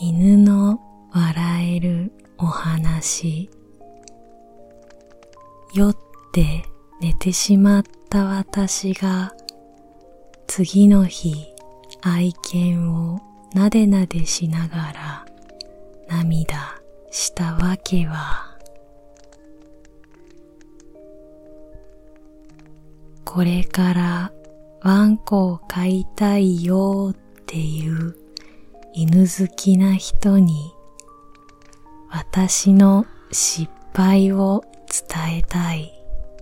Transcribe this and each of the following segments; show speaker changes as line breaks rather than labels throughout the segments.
犬の笑えるお話。酔って寝てしまった私が次の日愛犬をなでなでしながら涙したわけは、これからワンコを飼いたいよっていう犬好きな人に私の失敗を伝えたい。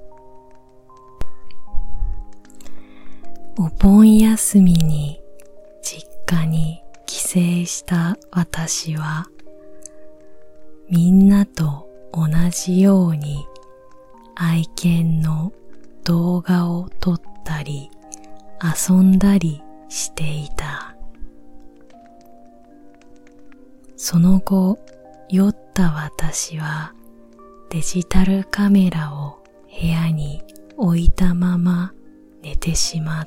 お盆休みに実家に帰省した私はみんなと同じように愛犬の動画を撮ったり遊んだりしていた。その後、酔った私はデジタルカメラを部屋に置いたまま寝てしまった。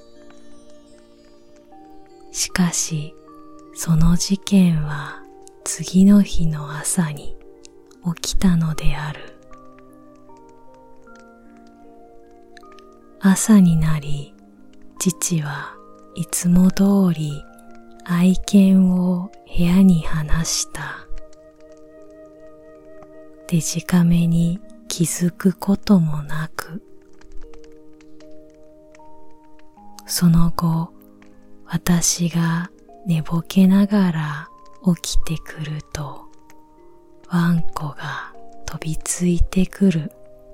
しかし、その事件は次の日の朝に起きたのである。朝になり、父はいつも通り愛犬を部屋に放した。デジカメに気づくこともなく、その後、私が寝ぼけながら起きてくると、ワンコが飛びついてくる。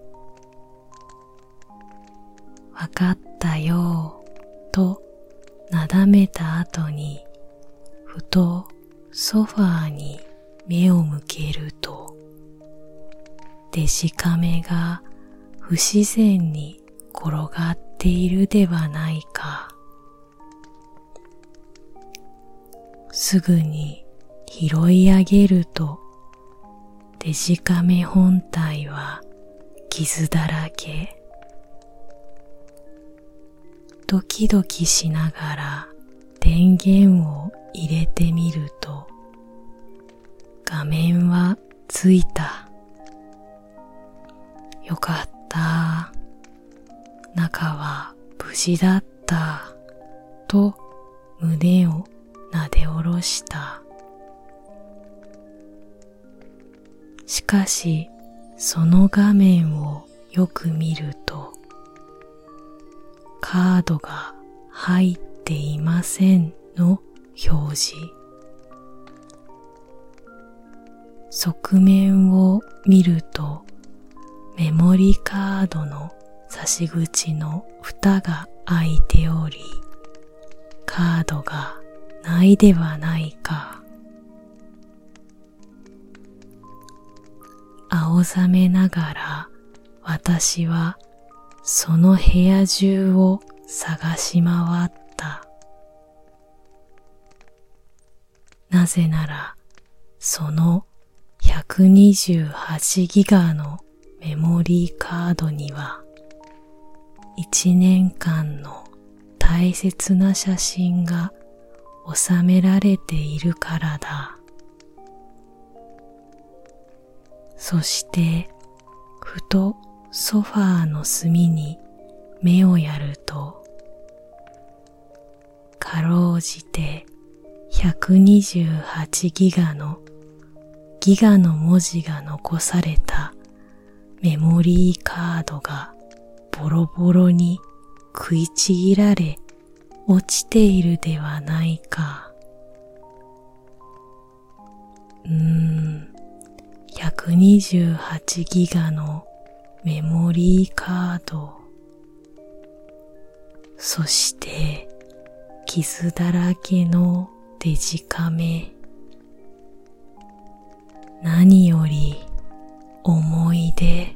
わかったよ、となだめた後に、ふとソファーに目を向けると、デジカメが不自然に転がっているではないか。すぐに拾い上げると、デジカメ本体は傷だらけ。ドキドキしながら電源を入れてみると、画面はついた。よかった。中は無事だった。と胸をなで下ろした。しかし、その画面をよく見ると、カードが入っていませんの表示。側面を見ると、メモリカードの差し口の蓋が開いており、カードがないではないか。青ざめながら私はその部屋中を探し回った。なぜなら、その128ギガのメモリーカードには、1年間の大切な写真が収められているからだ。そして、ふとソファーの隅に目をやると、かろうじて128ギガの文字が残されたメモリーカードがボロボロに食いちぎられ落ちているではないか。128ギガのメモリーカード。そして、傷だらけのデジカメ。何より思い出。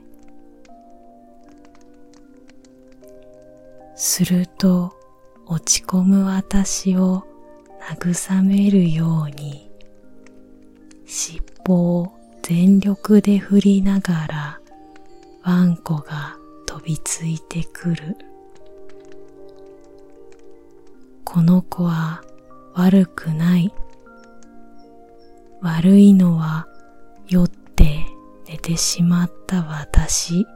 すると、落ち込む私を慰めるように、尻尾を全力で振りながらワンコが飛びついてくる。この子は悪くない悪いのは酔って寝てしまった私。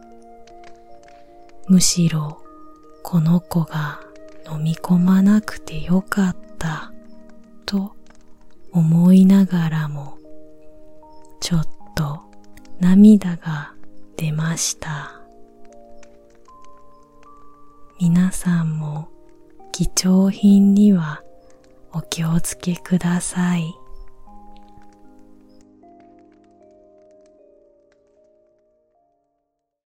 むしろこの子が飲み込まなくてよかったと思いながらもちょっと涙が出ました。皆さんも貴重品にはお気をつけください。